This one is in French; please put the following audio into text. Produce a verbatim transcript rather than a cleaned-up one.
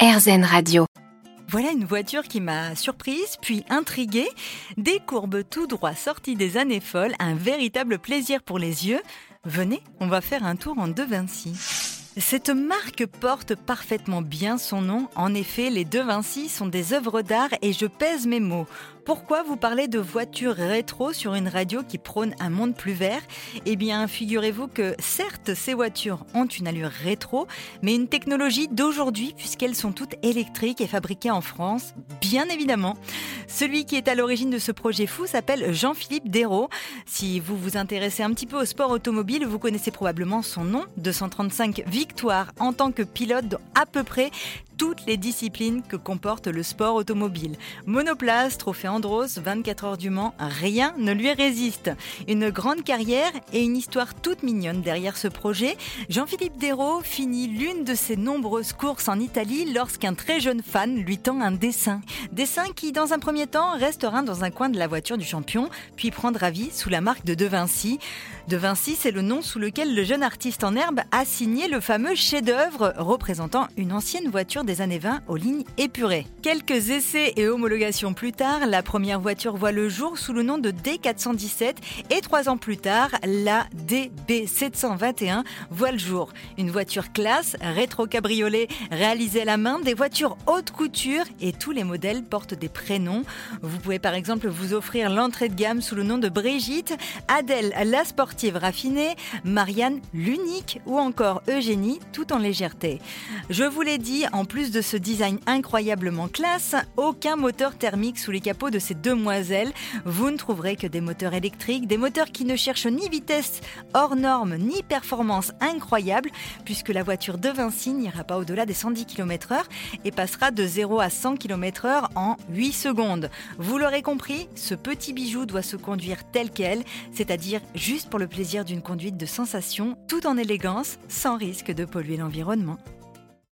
AirZen Radio. Voilà une voiture qui m'a surprise, puis intriguée. Des courbes tout droit sorties des années folles, un véritable plaisir pour les yeux. Venez, on va faire un tour en De Vinci. Cette marque porte parfaitement bien son nom. En effet, les De Vinci sont des œuvres d'art et je pèse mes mots. Pourquoi vous parlez de voitures rétro sur une radio qui prône un monde plus vert ? Eh bien, figurez-vous que certes, ces voitures ont une allure rétro, mais une technologie d'aujourd'hui puisqu'elles sont toutes électriques et fabriquées en France, bien évidemment. Celui qui est à l'origine de ce projet fou s'appelle Jean-Philippe Dérault. Si vous vous intéressez un petit peu au sport automobile, vous connaissez probablement son nom, deux cent trente-cinq victoires en tant que pilote dans à peu près toutes les disciplines que comporte le sport automobile. Monoplace, trophée Andros, vingt-quatre heures du Mans, rien ne lui résiste. Une grande carrière et une histoire toute mignonne derrière ce projet. Jean-Philippe Dérault finit l'une de ses nombreuses courses en Italie lorsqu'un très jeune fan lui tend un dessin. Dessin qui, dans un premier temps, restera dans un coin de la voiture du champion, puis prendra vie sous la marque de De Vinci. De Vinci, c'est le nom sous lequel le jeune artiste en herbe a signé le fameux chef-d'œuvre représentant une ancienne voiture des années vingt aux lignes épurées. Quelques essais et homologations plus tard, la première voiture voit le jour sous le nom de D quatre cent dix-sept et trois ans plus tard, la D B sept cent vingt et un voit le jour. Une voiture classe, rétro-cabriolet réalisée à la main, des voitures haute couture et tous les modèles portent des prénoms. Vous pouvez par exemple vous offrir l'entrée de gamme sous le nom de Brigitte, Adèle la sportive raffinée, Marianne l'unique ou encore Eugénie tout en légèreté. Je vous l'ai dit, en plus de ce design incroyablement classe, aucun moteur thermique sous les capots de ces demoiselles. Vous ne trouverez que des moteurs électriques, des moteurs qui ne cherchent ni vitesse hors norme, ni performance incroyable, puisque la voiture De Vinci n'ira pas au-delà des cent dix kilomètres heure et passera de zéro à cent kilomètres heure en huit secondes. Vous l'aurez compris, ce petit bijou doit se conduire tel quel, c'est-à-dire juste pour le plaisir d'une conduite de sensation, tout en élégance, sans risque de polluer l'environnement.